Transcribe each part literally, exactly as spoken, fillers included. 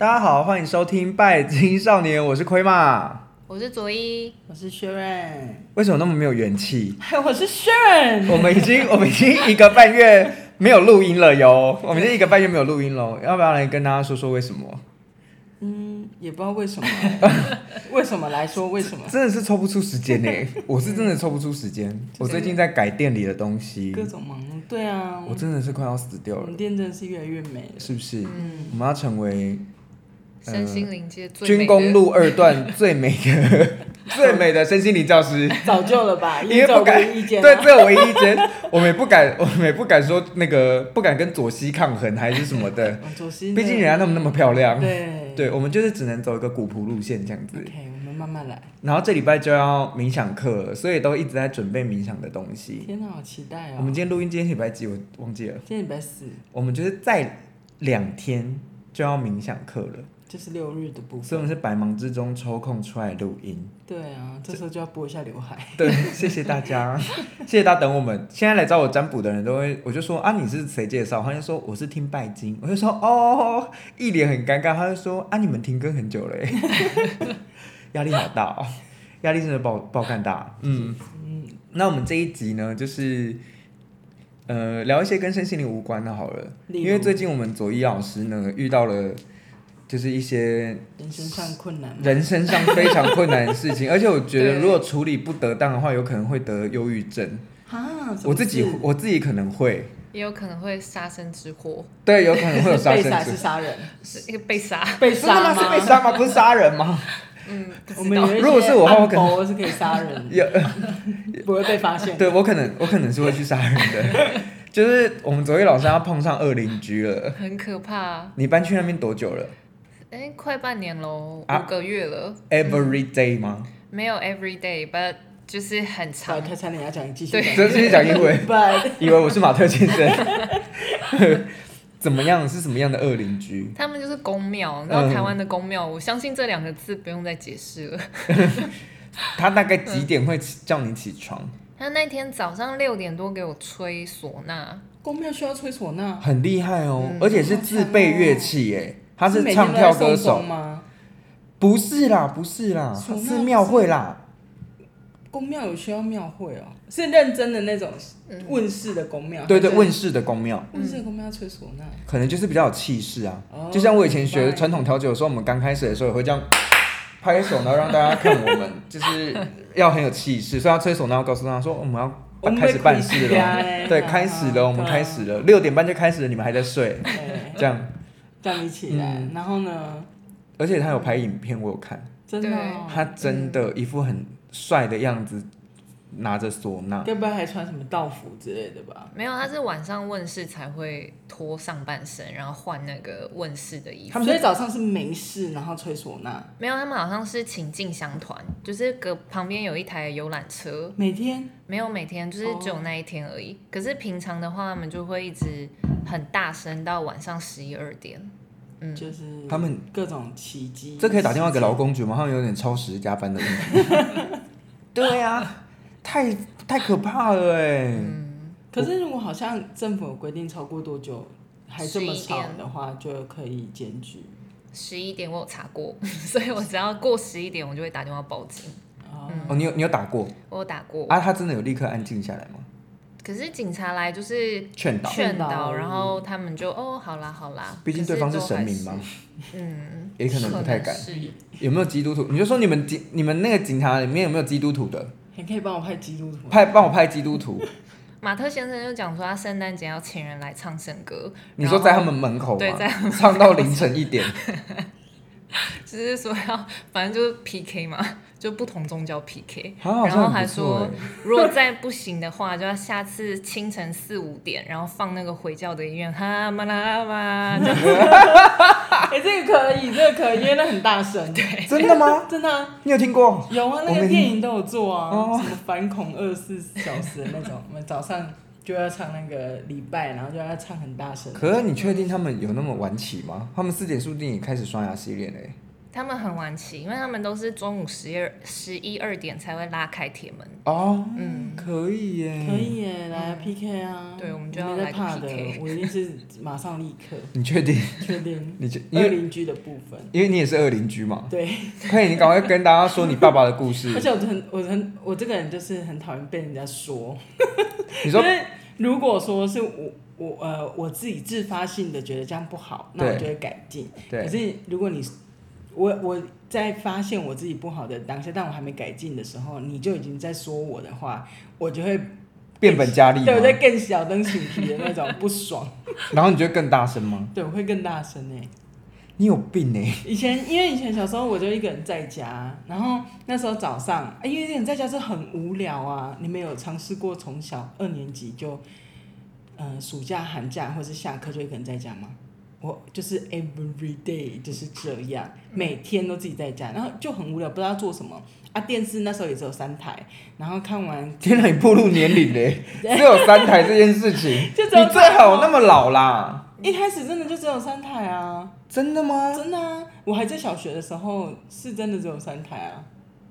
大家好，欢迎收听《拜金少年》，我是亏嘛， 我是佐伊， 我是 Sharon， 为什么那么没有元气？ 我是 Sharon， 我们已经我们已经一个半月没有录音了哟，我们已经一个半月没有录音了，要不要来跟大家说说为什么？ 嗯，也不知道为什么，为什么来说为什么？ 真的是抽不出时间呢，我是真的抽不出时间。我最近在改店里的东西， 各种忙碌，对啊， 我真的是快要死掉了。 我们店真的是越来越美了， 是不是？ 嗯， 我们要成为。 身心灵界最美的军工路二段最美的最美的身心灵教师， 早就了吧？ 因为不敢， 一间、啊、 对，只有唯一一间，我们也不敢，我们也不敢说那个，不敢跟左西抗衡还是什么的。 左西， 毕竟人家他们那么漂亮， 对， 对，我们就是只能走一个古朴路线这样子。 OK， 我们慢慢来。 然后这礼拜就要冥想课了，所以都一直在准备冥想的东西。 天哪，好期待哦！ 我们今天录音，今天礼拜几？我忘记了。 今天礼拜四。 我们就是在两天就要冥想课了。 就是六日的部分， 所以我们是百忙之中抽空出来录音。 对啊，这时候就要拨一下刘海。 对，谢谢大家，谢谢大家等我们。现在来找我占卜的人都会，我就说啊，你是谁介绍？他就说我是听拜金，我就说哦，一脸很尴尬。他就说啊，你们停更很久了，压力好大哦，压力真的爆爆干大。嗯嗯，那我们这一集呢，就是呃聊一些跟身心灵无关的好了，因为最近我们左一老师呢遇到了。就是一些人生上困难， 人生上非常困难的事情，而且我觉得如果处理不得当的话，有可能会得忧郁症。 啊， 我自己我自己可能会， 也有可能会杀身之祸。 对，有可能会有杀身之祸。 被杀是杀人， 是一个被杀， 被杀吗？ 是被杀吗？不是杀人吗？ 嗯， 我们有一些如果是我的话，我可能是可以杀人， 有不会被发现。 对我可能我可能是会去杀人的。就是我们昨天老师要碰上恶邻居了， 很可怕。 你搬去那边多久了？ 哎、欸，快半年喽，啊、五个月了。 Every day 吗？ 嗯、没有 every day，but 就是很长。 他差点要讲继续讲， 对，继续讲英文。 But 以为我是马特先生。怎么样？是什么样的恶邻居？ 他们就是公庙，然后台湾的公庙、嗯，我相信这两个字不用再解释了。 他大概几点会叫你起床？ 他那天早上六点多给我吹唢呐。 公庙需要吹唢呐？ 很厉害哦、嗯，而且是自备乐器耶。他是唱跳歌手吗？ 不是啦，不是啦，是庙会啦。 公庙有需要庙会哦，是认真的那种问世的公庙。 对对，问世的公庙。 问世的公庙要吹唢呐， 可能就是比较有气势啊、 哦。 就像我以前学传统调酒的时候，我们刚开始的时候也会这样拍手，然后让大家看我们，就是要很有气势，所以要吹唢呐，要告诉大家说我们要开始办事了。对，开始了，我们开始了，六点半就开始了，你们还在睡，这样。 叫你起来、嗯，然后呢？ 而且他有拍影片，我有看， 真的、哦， 他真的一副很帅的样子，拿着唢呐， 该不会还穿什么道服之类的吧？ 没有，他是晚上问世才会脱上半身，然后换那个问世的衣服。 他们所以早上是没事，然后吹唢呐。 没有，他们好像是请进香团，就是隔旁边有一台游览车。 每天？ 没有每天，就是只有那一天而已。Oh. 可是平常的话，他们就会一直很大声到晚上十一二点。嗯， 就是他们各种奇迹。 这可以打电话给劳工局吗？他们有点超时加班的意思。对啊，太太可怕了哎。 嗯。 可是如果好像政府有规定超过多久还这么吵的话，就可以检举。 十一点我有查过，所以我只要过十一点，我就会打电话报警。 哦、 嗯哦，你有你有打过？ 我有打过。 啊，他真的有立刻安静下来吗？ 可是警察来就是劝导， 劝导，然后他们就哦，好啦好啦。 毕竟对方是神明嘛， 嗯， 也可能不太敢。有没有基督徒？你就说你们警你们那个警察里面有没有基督徒的？ 你可以帮我派基督徒， 派帮我派基督徒。 马特先生就讲说，他圣诞节要请人来唱圣歌。 你说在他们门口吗？ 对，在他们唱到凌晨一点。 就是说要，反正就是 P K 嘛，就不同宗教 P K， 然后还说，如果再不行的话，就要下次清晨四五点，然后放那个回教的音乐，哈嘛啦嘛。 哎、欸，这个可以，这个可以，因为那很大声。 对， 真的吗？ 真的、啊。 你有听过？ 有啊，那个电影都有做啊， 哦、 什么反恐二十四小时的那种，我们早上就要唱那个礼拜，然后就要唱很大声。 可是你确定他们有那么晚起吗？他们四点数电影开始刷牙洗脸嘞。 他们很晚起，因为他们都是中午十二、十一二点才会拉开铁门。 哦， 嗯， 可以耶， 可以耶，来 P K 啊！ 对，我们就要来个没在怕 P K 的，我一定是马上立刻你确定？ 确定。 你因为二邻居的部分， 因为你也是二邻居嘛， 对， 快点，你赶快跟大家说你爸爸的故事而。且我很我很我这个人就是很讨厌被人家说， 你说因为如果说是我我呃我自己自发性的觉得这样不好，那我对就会改进。 对可是如果你我我在发现我自己不好的当下，但我还没改进的时候，你就已经在说我的话，我就会变本加厉吗？ 对，我在更小灯醒皮的那种不爽， 然后你就会更大声吗？ 对，我会更大声哎。 你有病哎！ 以前因为以前小时候我就一个人在家，然后那时候早上，啊因为一个人在家是很无聊啊。你们有尝试过从小二年级就，呃，暑假、寒假或是下课就一个人在家吗？我就是 every day 就是这样，每天都自己在家，然后就很无聊，不知道做什么啊。电视那时候也只有三台，然后看完， 天哪，你暴露年龄嘞！只有三台这件事情， 就只有你最好那么老啦。 一开始真的就只有三台啊， 真的吗？ 真的啊，我还在小学的时候是真的只有三台啊。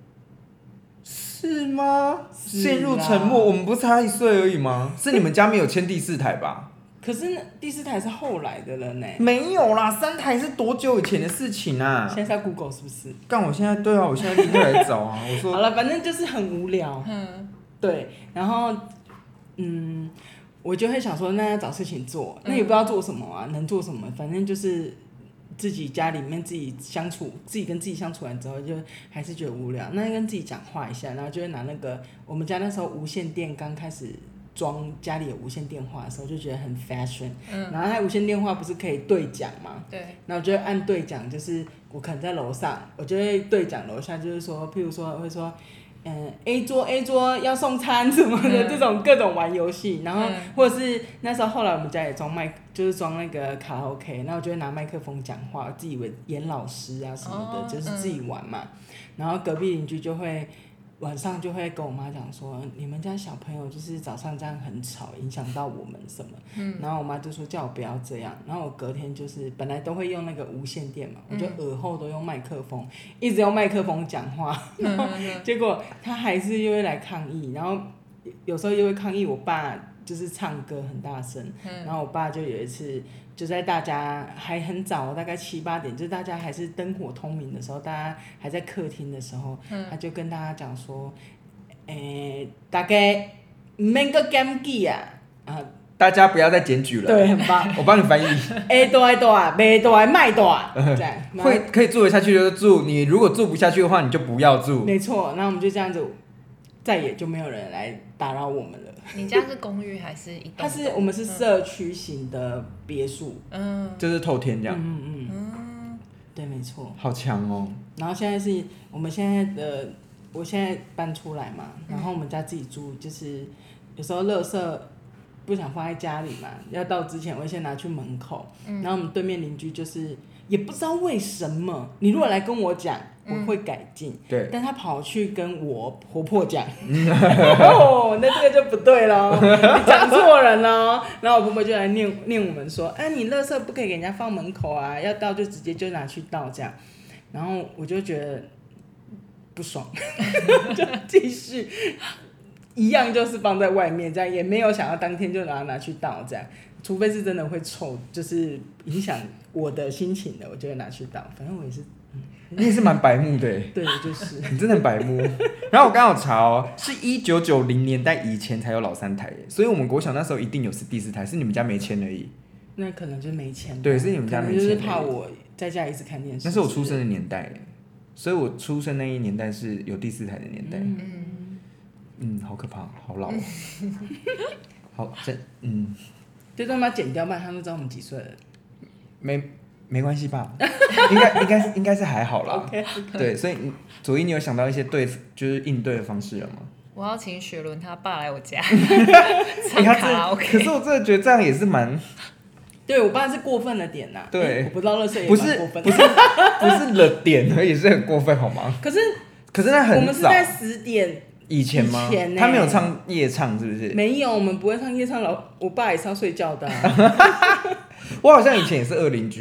是吗？ 是啦陷入沉默，我们不是差一岁而已吗？是你们家没有签第四台吧？ 可是那第四台是后来的了呢。 没有啦，三台是多久以前的事情啊？ 现在是要 Google 是不是？ 干，我现在对啊，我现在立刻来找啊！我说好了，反正就是很无聊。 嗯， 对，然后嗯，我就会想说，那要找事情做，那也不知道做什么啊，能做什么？反正就是自己家里面自己相处，自己跟自己相处完之后，就还是觉得无聊，那跟自己讲话一下，然后就会拿那个我们家那时候无线电刚开始。装家里有无线电话的时候，就觉得很 fashion，嗯，然后它无线电话不是可以对讲吗？ 对， 然后我就会按对讲，就是我可能在楼上，我就会对讲楼下，就是说，譬如说会说，嗯 A 桌 A 桌要送餐什么的，嗯、这种各种玩游戏，然后、嗯、或者是那时候后来我们家也装麦，就是装那个卡拉 OK， 然后我就会拿麦克风讲话，自以为演老师啊什么的，哦、就是自己玩嘛，嗯、然后隔壁邻居就会。晚上就会跟我妈讲说，你们家小朋友就是早上这样很吵，影响到我们什么。嗯。然后我妈就说叫我不要这样。然后我隔天就是本来都会用那个无线电嘛，我就耳后都用麦克风，一直用麦克风讲话。然后结果她还是又会来抗议，然后有时候又会抗议我爸就是唱歌很大声。嗯。然后我爸就有一次。就在大家还很早，大概七八点，就是大家还是灯火通明的时候，大家还在客厅的时候，嗯、他就跟大家讲说，诶、欸，大家唔免阁检举啊，啊， 大家不要再检举了。 对，很棒， 我帮你翻译。 A 大大，没大卖大，这样会可以做得下去就做，你如果做不下去的话，你就不要做。 没错，那我们就这样子，再也就没有人来打扰我们了。 你家是公寓还是一栋？ 它是我们是社区型的别墅， 嗯， 就是透天这样。 嗯嗯嗯，对，没错。 好强哦！ 然后现在是我们现在的，我现在搬出来嘛，然后我们家自己住，就是有时候垃圾不想放在家里嘛，要到之前我会先拿去门口，嗯、然后我们对面邻居就是也不知道为什么，你如果来跟我讲。我会改进， 对， 但他跑去跟我婆婆讲，哦，那这个就不对咯，你讲错人咯。然后我婆婆就来念念我们说，哎、啊，你垃圾不可以给人家放门口啊，要倒就直接就拿去倒这样。然后我就觉得不爽，就继续一样就是放在外面这样，也没有想要当天就拿拿去倒这样，除非是真的会臭，就是影响我的心情的，我就会拿去倒。反正我也是。 你也是蛮白目的耶。 对，就是你真的很白目。然后我刚好查哦，是一九九零年代以前才有老三台耶，所以我们国小那时候一定有是第四台，是你们家没签而已。 那可能就没签。 对，是你们家没签。 就是怕我在家一直看电视。 那是我出生的年代耶，所以我出生那一年代是有第四台的年代。嗯嗯，好可怕，好老、哦。好，这嗯， 这段把它剪掉吧，他们都知道我们几岁了。 没。没关系吧，应该应该是应该是还好啦。 okay, okay. 对，所以左一，你有想到一些对就是应对的方式了吗？ 我要请雪伦他爸来我家唱卡拉 OK。 可是我真的觉得这样也是蛮…… 对我爸是过分了点呐、啊。 对， 我不知道垃圾也不是过分不是不是了点而已，是很过分好吗？ 可是可是那很早， 我们是在十点。 以前吗？ 以前、欸、 他没有唱夜唱是不是？ 没有，我们不会唱夜唱，老我爸也是要睡觉的、啊。 我好像以前也是二邻居。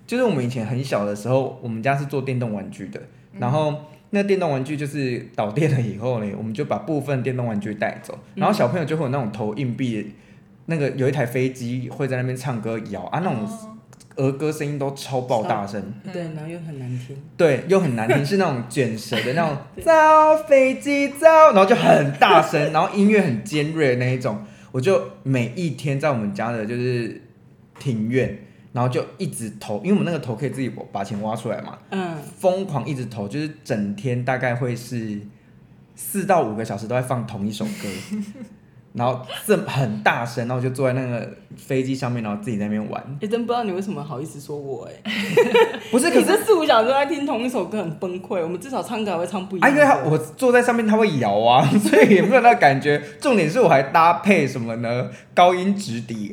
就是我们以前很小的时候，我们家是做电动玩具的，然后那电动玩具就是导电了以后呢，我们就把部分电动玩具带走，然后小朋友就会有那种投硬币，那个有一台飞机会在那边唱歌摇啊，那种儿歌声音都超爆大声， 对，然后又很难听， 对，又很难听，是那种卷舌的那种造飞机造，然后就很大声，然后音乐很尖锐的那一种，我就每一天在我们家的就是庭院。然后就一直投，因为我们那个头可以自己把钱挖出来嘛，嗯，疯狂一直投，就是整天大概会是四到五个小时都在放同一首歌，然后这很大声，然后我就坐在那个飞机上面，然后自己在那边玩。 哎、欸，真不知道你为什么好意思说我哎、 欸，不是，可是四五小时都在听同一首歌，很崩溃。我们至少唱歌还会唱不一样的。 啊，因为我坐在上面，它会摇啊，所以也没有那感觉。重点是我还搭配什么呢？高音直笛。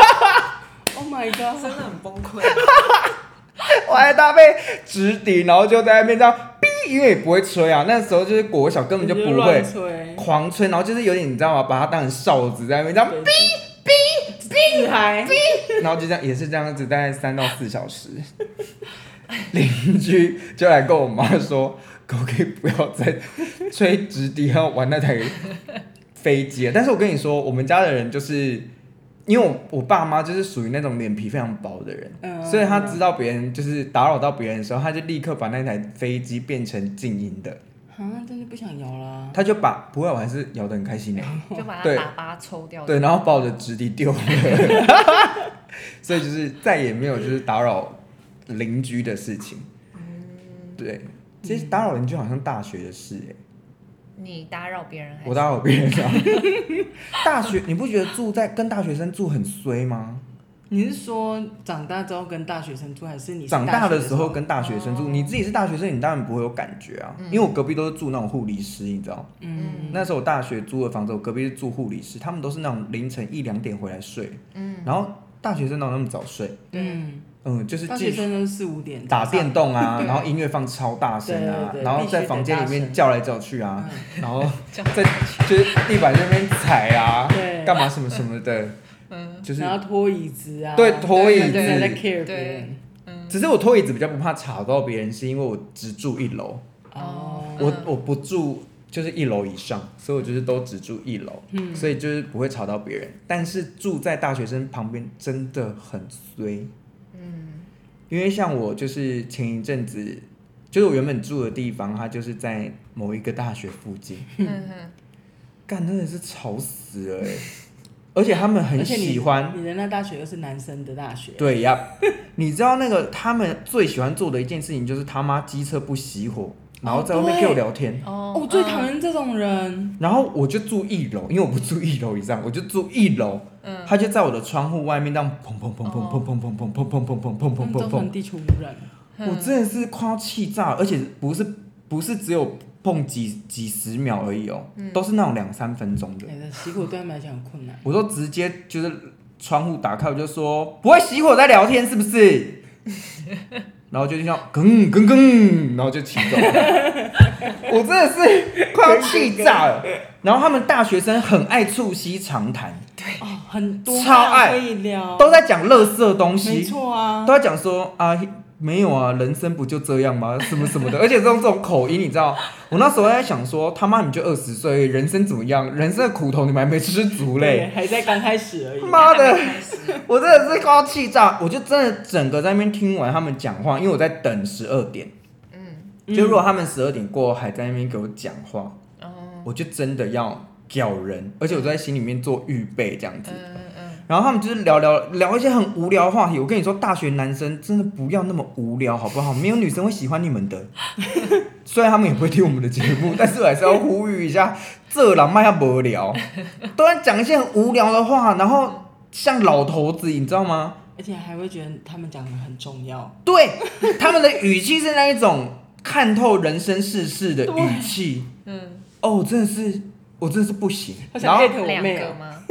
Oh my god！ 真的很崩溃。 我还搭配直笛，然后就在那边这样哔，因为也不会吹啊。那时候就是国小根本就不会吹， 狂吹，然后就是有点你知道吗？把它当成哨子在那边这样哔哔哔哔，然后就这样也是这样子，大概三到四小时。邻居就来跟我妈说，可不可以不要再吹直笛，然后玩那台飞机？但是我跟你说，我们家的人就是。因为 我, 我爸妈就是属于那种脸皮非常薄的人，嗯、所以他知道别人就是打扰到别人的时候，他就立刻把那台飞机变成静音的。 啊，真的不想摇啦。 他就把不会，我还是摇得很开心的， 就把他喇叭抽掉。 对，然后把我的直笛丢了，所以就是再也没有就是打扰邻居的事情。嗯，对，其实打扰邻居好像大学的事哎、欸。 你打扰别人还是我打扰别人啊？大学你不觉得住在跟大学生住很衰吗？ 你是说长大之后跟大学生住，还是你是长大的时候跟大学学生住？哦、你自己是大学生，你当然不会有感觉啊。嗯、因为我隔壁都是住那种护理师，你知道？嗯。那时候我大学租的房子，我隔壁是住护理师，他们都是那种凌晨一两点回来睡。嗯。然后大学生哪有那么早睡？嗯。嗯，就是大学生都是四五点打电动啊，然后音乐放超大声啊，然后在房间里面叫来叫去啊，嗯、然后在就是地板那边踩啊，干嘛什么什么的，嗯，就是然后拖椅子啊， 对，拖椅子， 对在 care 别人， 嗯，只是我拖椅子比较不怕吵到别人，是因为我只住一楼，哦，我我不住就是一楼以上，所以我就是都只住一楼，嗯，所以就是不会吵到别人，但是住在大学生旁边真的很衰。因为像我就是前一阵子，就是我原本住的地方，它就是在某一个大学附近，嗯哼，干真的是吵死了哎、欸！而且他们很喜欢， 你的那大学又是男生的大学， 对呀，你知道那个他们最喜欢做的一件事情就是他妈机车不熄火，然后在外面跟我聊天。 哦，我最讨厌这种人。 然后我就住一楼，因为我不住一楼以上，我就住一楼。嗯，他就在我的窗户外面这样砰砰砰砰砰砰砰砰砰砰砰砰砰砰砰砰， 造成地球污染。 我真的是快要气炸了，而且不是不是只有碰几几十秒而已哦，都是那种两三分钟的。 熄火对他们来讲很困难。 我都直接就是窗户打开，我就说不会熄火在聊天是不是？然后就这样哽哽哽，然后就骑走了。我真的是快要气炸了。然后他们大学生很爱促膝长谈， 对，哦，很多超爱可以聊， 都在讲垃圾东西， 没错啊， 都在讲说啊没有啊，人生不就这样吗？什么什么的，而且这种这种口音，你知道，我那时候在想说，他妈你就二十岁，人生怎么样？人生的苦头你们还没吃足嘞， 还在刚开始而已。 妈的，我真的是快要气炸，我就真的整个在那边听完他们讲话，因为我在等十二点，嗯，就如果他们十二点过后还在那边给我讲话，嗯，我就真的要屌人，而且我都在心里面做预备这样子。嗯然后他们就是聊聊聊一些很无聊的话题。我跟你说，大学男生真的不要那么无聊，好不好？没有女生会喜欢你们的。虽然他们也不会听我们的节目，但是我还是要呼吁一下，这人卖要无聊，都在讲一些很无聊的话，然后像老头子，你知道吗？ 而且还会觉得他们讲的很重要。 对，他们的语气是那一种看透人生世事的语气。嗯，哦，真的是，我真的是不行。 然后两个吗？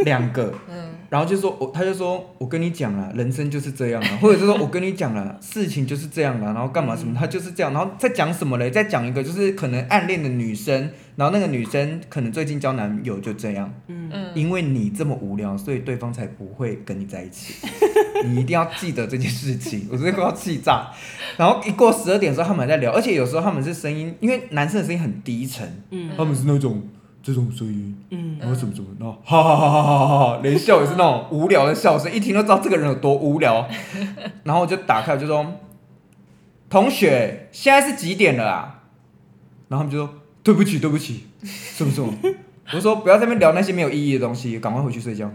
两个， 嗯， 然后就说我他就说我跟你讲了，人生就是这样啊，或者是说我跟你讲了，事情就是这样了，然后干嘛什么，他就是这样，然后再讲什么嘞？再讲一个就是可能暗恋的女生，然后那个女生可能最近交男友就这样， 嗯， 因为你这么无聊，所以对方才不会跟你在一起。你一定要记得这件事情，我真的快要气炸。然后一过十二点的时候，他们还在聊，而且有时候他们是声音，因为男生的声音很低沉， 嗯他们是那种这种声音， 嗯然后什么什么，然后哈哈哈哈哈哈哈，连笑也是那种无聊的笑声，一听就知道这个人有多无聊。然后我就打开，我就说：“同学，现在是几点了啊？”然后他们就说：“对不起，对不起，什么什么。”我说：“不要在那边聊那些没有意义的东西，赶快回去睡觉。”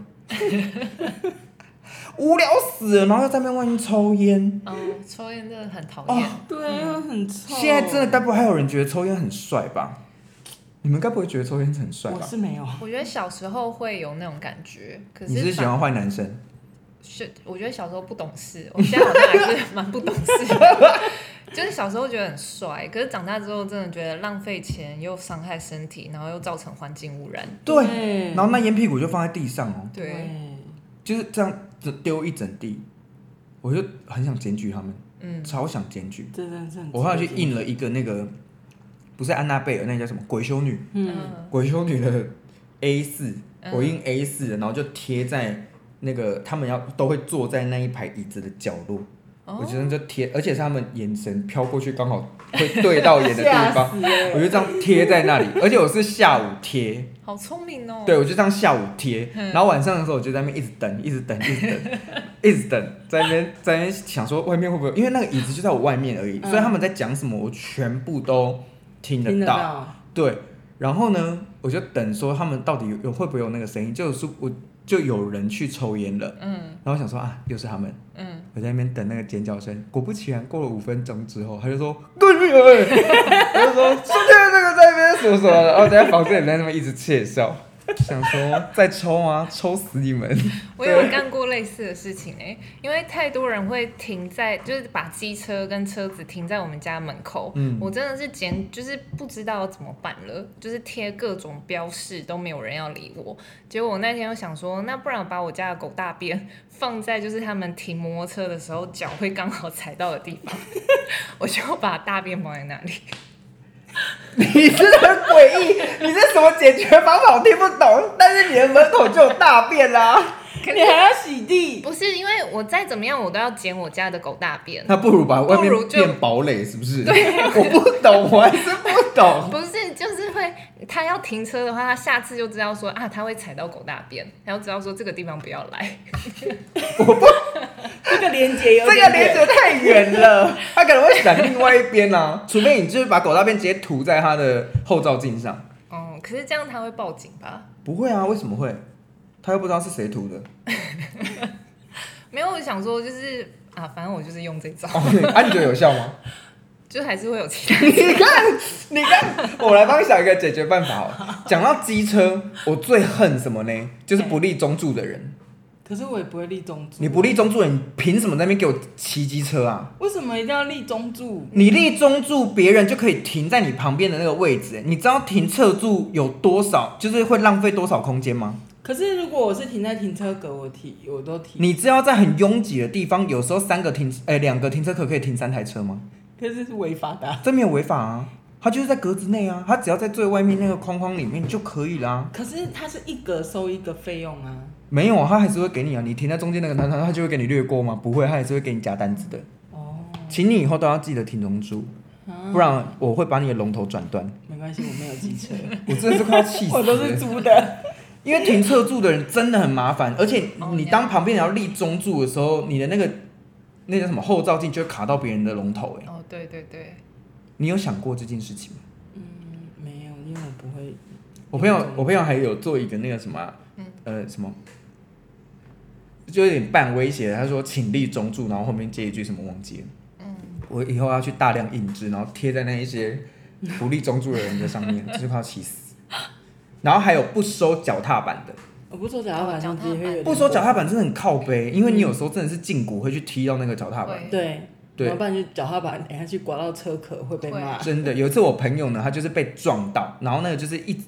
无聊死了，然后又在那边外面抽烟。 哦，抽烟真的很讨厌。 哦对啊，很臭。 现在真的该不会还有人觉得抽烟很帅吧？你们该不会觉得抽烟很帅吧？ 我是没有。 我觉得小时候会有那种感觉，可是你是喜欢坏男生？ 是，我觉得小时候不懂事，我现在好像还是蛮不懂事的。就是小时候觉得很帅，可是长大之后真的觉得浪费钱，又伤害身体，然后又造成环境污染。 对， 对然后那烟屁股就放在地上哦， 对， 就是这样子丢一整地，我就很想检举他们， 嗯， 超想检举。 这真的是很。 我后来去印了一个那个，不是安娜贝尔，那个叫什么鬼修女？ 嗯， 鬼修女的 A 四， 嗯我印 A 四，然后就贴在那个他们要都会坐在那一排椅子的角落。 哦我觉得就贴，而且是他们眼神飘过去，刚好会对到眼的地吓方， 死欸我就这样贴在那里。而且我是下午贴， 好聪明哦。 对，我就这样下午贴， 嗯然后晚上的时候我就在那边一直等，一直等，一直等，一直等，在那边在那边想说外面会不会，因为那个椅子就在我外面而已， 嗯所以他们在讲什么我全部都听得听得到。 到。 对，然后呢，我就等说他们到底有有会不会有那个声音，就是我就有人去抽烟了， 嗯然后我想说啊，又是他们。 嗯， 我在那边等那个尖叫声，果不其然，过了五分钟之后，他就说对面有人，他就说今天这个在那边什么什么的，然后在房间里在那边一直窃笑，想说再抽啊，抽死你们！ 我有干过类似的事情哎、欸，因为太多人会停在，就是把机车跟车子停在我们家门口， 嗯我真的是简就是不知道怎么办了，就是贴各种标示都没有人要理我。结果我那天又想说，那不然我把我家的狗大便放在就是他们停摩托车的时候脚会刚好踩到的地方，我就把大便放在那里。 你真的很诡异，你这什么解决方法我听不懂，但是你的门口就有大便啦、 你还要洗地？ 不是因为我再怎么样，我都要捡我家的狗大便。 那不如把外面不如就变堡垒，是不是？我不懂，我还是不懂。 不是，就是会，他要停车的话，他下次就知道说啊，他会踩到狗大便，然后知道说这个地方不要来。 这个连接有这点个连接太远了，他可能会闪另外一边啊，除非你就是把狗大便直接涂在他的后照镜上。 哦，可是这样他会报警吧？ 不会啊，为什么会？他又不知道是谁涂的。 没有，我想说就是啊，反正我就是用这招， 哦，啊，你觉得有效吗？ 就还是会有其他。 你看，你看，我来帮你想一个解决办法好了。讲到机车，我最恨什么呢？就是不立中柱的人。 可是我也不会立中柱。 你不立中柱的人，你凭什么在那边给我骑机车啊？ 为什么一定要立中柱？ 你立中柱，别人就可以停在你旁边的那个位置。你知道停侧柱有多少，就是会浪费多少空间吗？ 可是如果我是停在停车格，我停我都停。 你知道在很拥挤的地方，有时候三个停，哎，两个停车格可以停三台车吗？ 可是是违法的、啊。 这没有违法啊，它就是在格子内啊，它只要在最外面那个框框里面就可以啦。 可是它是一格收一个费用啊。 没有啊，它还是会给你啊。你停在中间那个单它就会给你略过吗？不会，它还是会给你加单子的。 哦。 请你以后都要记得停中柱， 啊不然我会把你的龙头转断。 没关系，我没有机车， 我真的是快要气死了。 我都是租的。 因为停侧柱的人真的很麻烦，而且哦你当旁边人要立中柱的时候，你的那个那叫什么后照镜就会卡到别人的龙头。哎， 哦，对对对， 你有想过这件事情吗？ 嗯，没有，因为我不会。 我朋友，我朋友还有做一个那个什么、啊， 嗯呃，什么，就有点半威胁，他说请立中柱，然后后面接一句什么忘记了。 嗯， 我以后要去大量印制，然后贴在那一些不立中柱的人的上面，这就快要气死。然后还有不收脚踏板的， 我不收脚踏板， 脚踏板会有点不收脚踏板真的很靠背，因为你有时候真的是胫骨会去踢到那个脚踏板。 会对， 对要不然就脚踏板等下去刮到车壳会被骂。 真的，有一次我朋友呢，他就是被撞到，然后那个就是一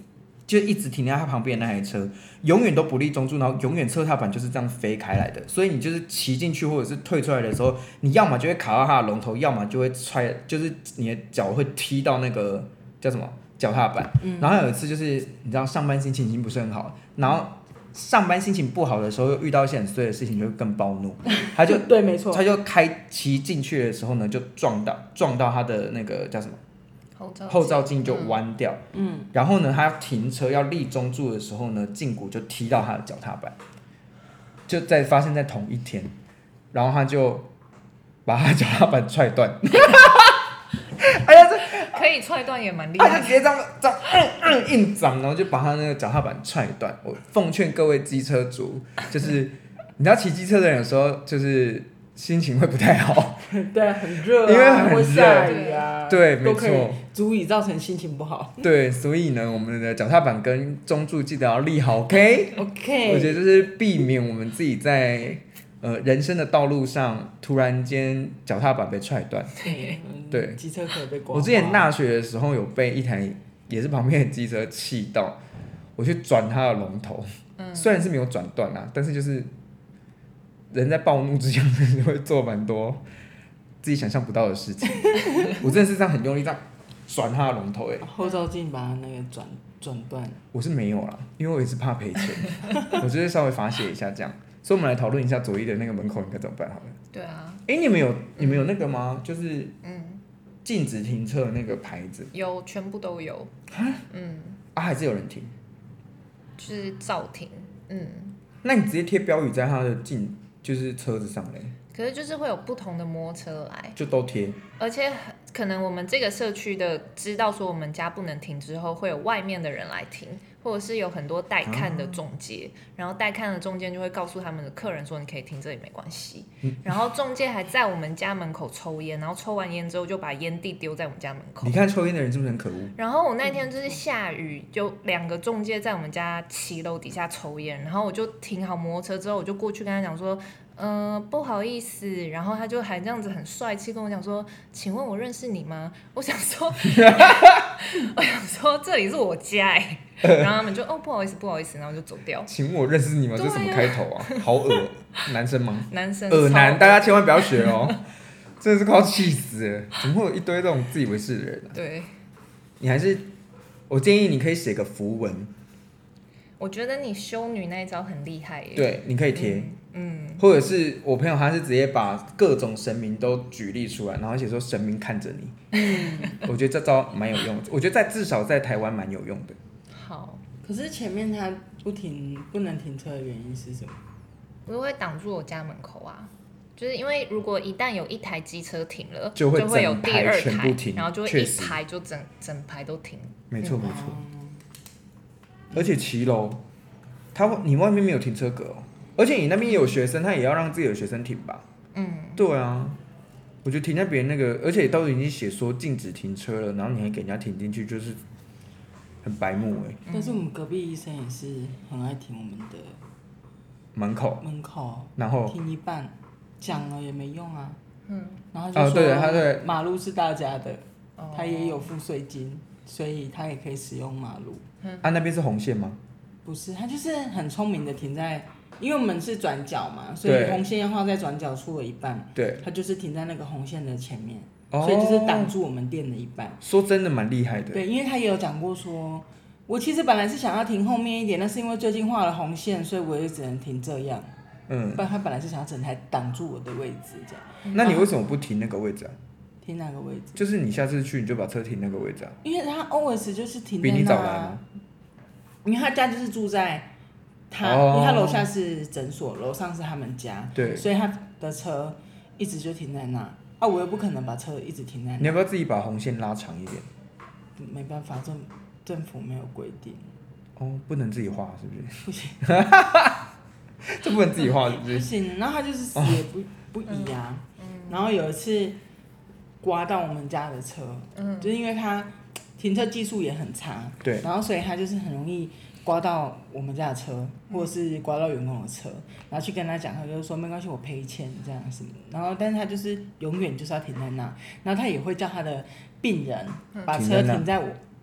就一直停在他旁边的那台车，永远都不立中柱，然后永远侧踏板就是这样飞开来的。所以你就是骑进去或者是退出来的时候，你要么就会卡到他的龙头，要么就会踹，就是你的脚会踢到那个叫什么脚踏板。嗯、然后有一次就是你知道上班心情已经不是很好，然后上班心情不好的时候又遇到一些很衰的事情，就会更暴怒。他就对，没错， 他就开骑进去的时候呢，就撞到撞到他的那个叫什么？后照镜就弯掉，嗯，然后呢，他停车要立中柱的时候呢，胫骨就踢到他的脚踏板，就在发生在同一天，然后他就把他脚踏板踹断，哎呀，这可以踹断也蛮厉害的， 他就直接这样这样、嗯嗯、硬掌，然后就把他那个脚踏板踹断。我奉劝各位机车族，就是你知道骑机车的人有时候就是心情会不太好， 对，很热、啊， 因为很热， 会下雨啊， 对，没错， 足以造成心情不好。 对，所以呢，我们的脚踏板跟中柱记得要立好 ，OK？OK？、 Okay? 我觉得这是避免我们自己在呃人生的道路上突然间脚踏板被踹断。 对， 对， 机车可以被刮。 我之前大学的时候有被一台也是旁边的机车气到，我去转它的龙头，嗯、虽然是没有转断啊，但是就是人在暴怒之下就会做蛮多自己想象不到的事情。我真的是这样很用力这样转它的龙头、欸， 后照镜把它那个转转断。 我是没有啦，因为我也是怕赔钱，我就是稍微发泄一下这样。所以我们来讨论一下左一的那个门口应该怎么办好了。 对啊。 哎、欸，你们有你们有那个吗？就是嗯，禁止停车的那个牌子。 有，全部都有。嗯。 啊，还是有人停。 就是照停，嗯。 那你直接贴标语在他的进就是车子上嘞。 可是就是会有不同的摩托车来， 就都贴。 而且可能我们这个社区的知道说我们家不能停之后，会有外面的人来停，或者是有很多带看的中介，啊、然后带看的中介就会告诉他们的客人说你可以停这里没关系。嗯、然后中介还在我们家门口抽烟，然后抽完烟之后就把烟蒂丢在我们家门口。 你看抽烟的人是不是很可恶？ 然后我那天就是下雨，就两个中介在我们家骑楼底下抽烟，然后我就停好摩托车之后，我就过去跟他讲说。嗯、呃，不好意思，然后他就还这样子很帅气跟我讲说，请问我认识你吗？我想说，我想说这里是我家哎、欸，然后他们就哦不好意思不好意思，然后就走掉。 请问我认识你吗？啊、这什么开头啊？好恶，男生吗？ 男生。 恶男，大家千万不要学哦，真的是快要气死了！怎么会有一堆这种自以为是的人、啊？ 对， 你还是，我建议你可以写个符文。 我觉得你修女那一招很厉害耶。 对，你可以贴。嗯嗯， 或者是我朋友他是直接把各种神明都举例出来，然后写说神明看着你。嗯，我觉得这招蛮有用的，我觉得在至少在台湾蛮有用的。 好， 可是前面他不停不能停车的原因是什么？ 我会挡住我家门口啊，就是因为如果一旦有一台机车停了， 就会就会有第二台， 停然后就会一排就整整排都停。 没错没错。嗯、而且骑楼，他你外面没有停车格哦。而且你那边也有学生，他也要让自己的学生停吧？嗯，对啊，我觉得停在别人那个，而且都已经写说禁止停车了，然后你还给人家停进去，就是很白目哎、欸。 但是我们隔壁医生也是很爱停我们的门口， 门口， 然后停一半，讲了也没用啊。嗯，然后就说、哦、对他对马路是大家的，哦、他也有付税金，所以他也可以使用马路。 嗯、啊，那边是红线吗？ 不是，他就是很聪明的停在。因为我们是转角嘛，所以红线要画在转角处的一半，对，它就是停在那个红线的前面，哦、所以就是挡住我们店的一半。 说真的蛮厉害的。 对，因为他也有讲过说，我其实本来是想要停后面一点，但是因为最近画了红线，所以我也只能停这样。嗯，不然他本来是想要整台挡住我的位置这样。 那你为什么不停那个位置啊？ 停哪个位置？ 就是你下次去你就把车停那个位置啊。 因为他 always 就是停在那、啊。 比你早来吗？ 因为他家就是住在。他、哦、因为他楼下是诊所，楼上是他们家，对，所以他的车一直就停在那。啊，我又不可能把车一直停在那。 你要不要自己把红线拉长一点？ 没办法，政政府没有规定。 哦，不能自己画是不是？ 不行， 这不能自己画是不是？ 不行，然后他就是死也不、哦、不移啊。嗯、然后有一次刮到我们家的车，嗯，就是因为他停车技术也很差，对，然后所以他就是很容易。刮到我们家的车，或者是刮到员工的车，然后去跟他讲，他就说没关系，我赔钱这样什么。然后，但是他就是永远就是要停在那，然后他也会叫他的病人把车停在我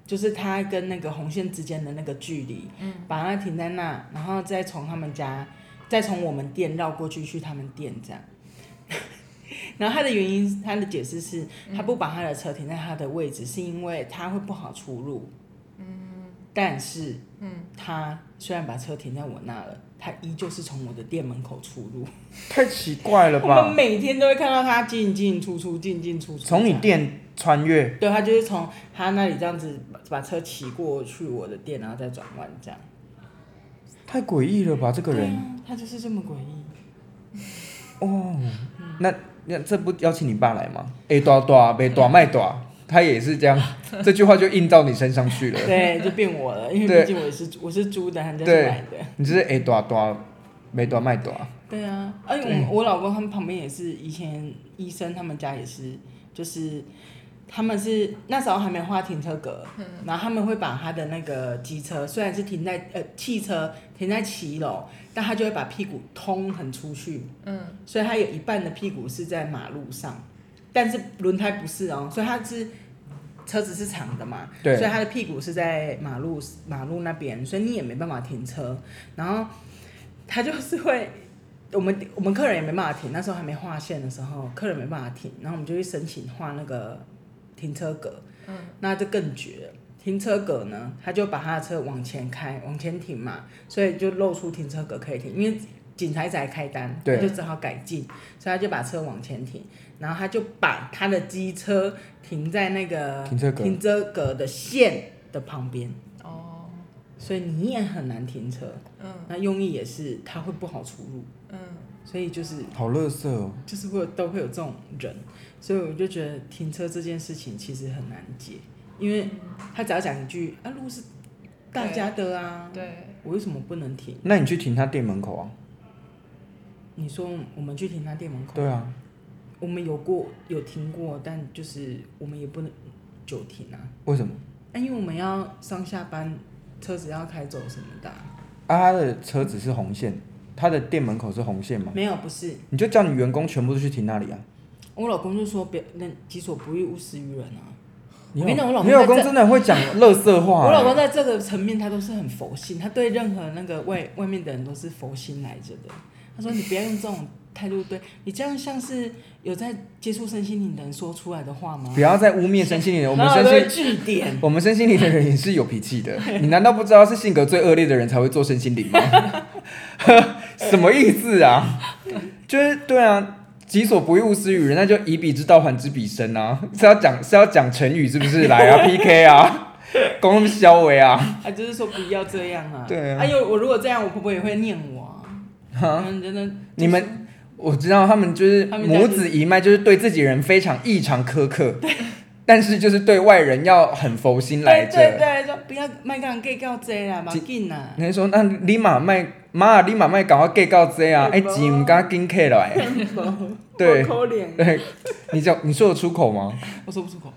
就是它跟那个红线之间的那个距离，嗯，把它停在那，然后再从他们家，再从我们店绕过去去他们店这样。然后他的原因，他的解释是，他不把他的车停在他的位置，是因为他会不好出入。嗯，但是，嗯，他虽然把车停在我那了，他依旧是从我的店门口出入。 太奇怪了吧？ 我们每天都会看到他进进出出，进进出出。 从你店穿越？ 对，他就是从他那里这样子把车骑过去我的店，然后再转弯这样。 太诡异了吧，这个人。 啊、他就是这么诡异。 哦，那那这不邀请你爸来吗？哎，大大没大卖大，他也是这样，这句话就印到你身上去了。 对，就变我了，因为毕竟我是我是租的，人家是买的。 你就是哎大大没大卖大。 对啊，而且我我老公他们旁边也是，以前医生他们家也是，就是他们是那时候还没画停车格，嗯、然后他们会把他的那个机车虽然是停在呃汽车停在骑楼，但他就会把屁股通很出去，嗯，所以他有一半的屁股是在马路上，但是轮胎不是哦，所以他是车子是长的嘛，对，所以他的屁股是在马路马路那边，所以你也没办法停车，然后他就是会。我们我们客人也没办法停，那时候还没划线的时候，客人没办法停，然后我们就去申请画那个停车格，嗯，那就更绝了。停车格呢，他就把他的车往前开，往前停嘛，所以就露出停车格可以停，因为警察才开单，他就只好改进，所以他就把车往前停，然后他就把他的机车停在那个停车格停车格的线的旁边。所以你也很难停车，嗯，那用意也是他会不好出入，嗯，所以就是好垃圾哦， 就是会有都会有这种人，所以我就觉得停车这件事情其实很难解，因为他只要讲一句啊，路是大家的啊，对，我为什么不能停？ 那你去停他店门口啊？ 你说我们去停他店门口？ 对啊， 我们有过有停过，但就是我们也不能久停啊。 为什么？ 啊、因为我们要上下班。车子要开走什么的 啊, 啊，他的车子是红线，他的店门口是红线吗？ 没有，不是。 你就叫你员工全部都去停那里啊。 我老公就说别，那己所不欲，勿施于人啊。 我跟你讲，我老公，你老公真的会讲垃圾话、欸。 我老公在这个层面，他都是很佛心，他对任何那个外外面的人都是佛心来着的。他说：“你不要用这种态度对，你这样像是有在接触身心灵的人说出来的话吗？” 不要再污蔑身心灵，我们身心点， 我们身心灵的人也是有脾气的。你难道不知道是性格最恶劣的人才会做身心灵吗？什么意思啊？就是对啊。己所不欲，勿施于人，那就以彼之道还治彼身啊！是要讲是要讲成语是不是？来啊 ，P K 啊，攻消为啊！ 啊，就是说不要这样啊！ 对啊。 哎呦，我如果这样，我婆婆也会念我啊！啊，真的。 你们，我知道他们就是母子一脉，就是对自己人非常异常苛刻，但是就是对外人要很佛心来着。 对对对，说不要卖跟人计较这啦，冇紧啦。 你说那你嘛卖妈，你嘛卖跟我计较这啊？哎，钱唔敢紧起来。对，对，你讲你说得出口吗？ 我说不出口，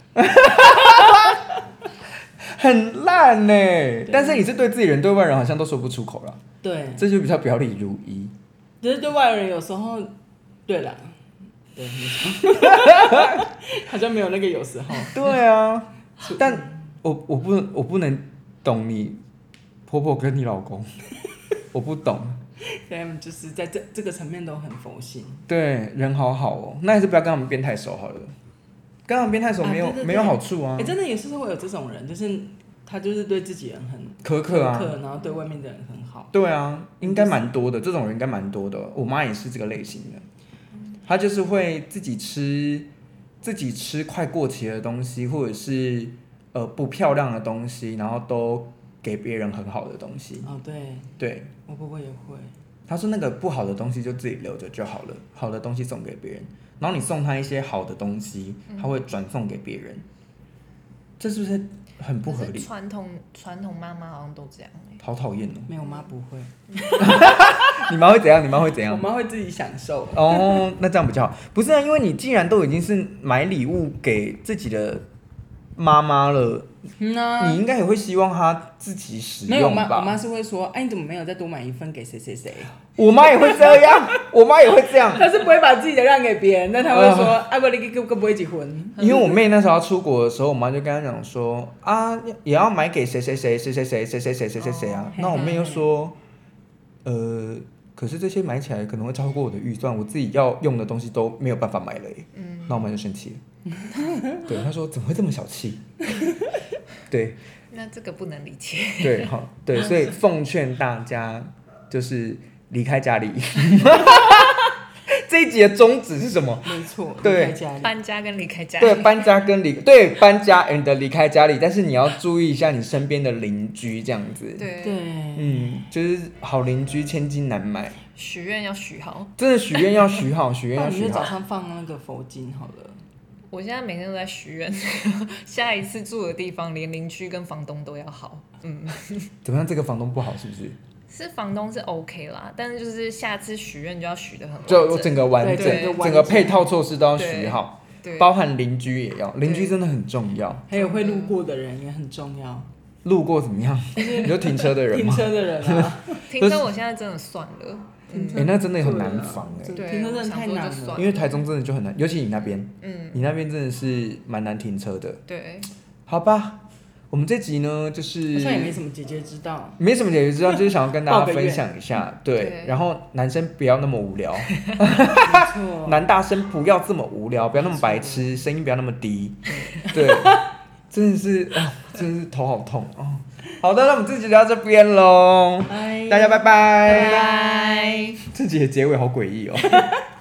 很烂呢、欸。但是你是对自己人对外人好像都说不出口了。 对， 这就比较表里如一。 只是对外人有时候，对啦，对，好像没有那个有时候。 对啊，但我我不我不能懂你婆婆跟你老公，我不懂。 他们就是在这这个层面都很佛心。 对，人好好哦，那还是不要跟他们变太熟好了。跟他们变太熟没有、啊、对对对没有好处啊。 哎、欸，真的也是会有这种人，就是他就是对自己人很苛刻啊， 然后对外面的人很好。 对啊，应该蛮多的，这种人应该蛮多的。我妈也是这个类型的，她就是会自己吃自己吃快过期的东西，或者是呃不漂亮的东西，然后都给别人很好的东西。 哦，对， 对， 我婆婆也会。 她说那个不好的东西就自己留着就好了，好的东西送给别人。然后你送她一些好的东西，她会转送给别人。这是不是很不合理？ 传统传统妈妈好像都这样、欸、 好讨厌哦。 没有，我妈不会。 你妈会怎样？你妈会怎样？ 我妈会自己享受。 哦，那这样比较好。不是啊，因为你既然都已经是买礼物给自己的妈妈了， 嗯啊， 你应该也会希望她自己使没有，我用妈我妈吧？ 是会说，哎，你怎么没有再多买一份给谁谁谁？ 我妈也会这样，我妈也会这样。 她是不会把自己的让给别人，但她会说，啊不，你跟跟不会结婚？ 因为我妹那时候要出国的时候，我妈就跟她讲说啊，也要买给谁谁谁谁谁谁谁谁谁谁谁谁啊。那我妹又说，呃，可是这些买起来可能会超过我的预算，我自己要用的东西都没有办法买了耶。嗯，那我妈就生气了。对，她说怎么会这么小气？对。 那这个不能理解。 对，好，对，所以奉劝大家就是离开家里。这一集的宗旨是什么？ 没错， 对， 离开家里搬家跟离开家里。 对，搬家跟离对搬家 and 离开家里，但是你要注意一下你身边的邻居，这样子。 对对， 嗯，就是好邻居千金难买， 许愿要许好。 真的许愿要许好，许愿那要许好。 你就早上放那个佛经好了。 我现在每天都在许愿，下一次住的地方连邻居跟房东都要好。嗯， 怎么样？这个房东不好是不是？ 是房东是 OK 啦，但是就是下次许愿就要许得很完整， 就整个完整， 对整个完整整个配套措施都要许好， 对， 包含邻居也要，邻居真的很重要。 还有会路过的人也很重要。 路过怎么样？你说停车的人吗？ 停车的人啊， 停车我现在真的算了。 哎、欸，那真的很难防哎、欸， 对停车真的太难了。 因为台中真的就很难，尤其你那边， 嗯， 你那边真的是蛮难停车的。 对， 好吧，我们这集呢，就是好像也没什么姐姐知道， 没什么姐姐知道，就是想要跟大家分享一下，对， 对然后男生不要那么无聊， 没错， 男大生不要这么无聊，不要那么白痴，声音不要那么低，对，真的是哦，真的是头好痛哦。好的，那我们这集就到这边喽，大家拜拜， 拜拜。 这集的结尾好诡异哦。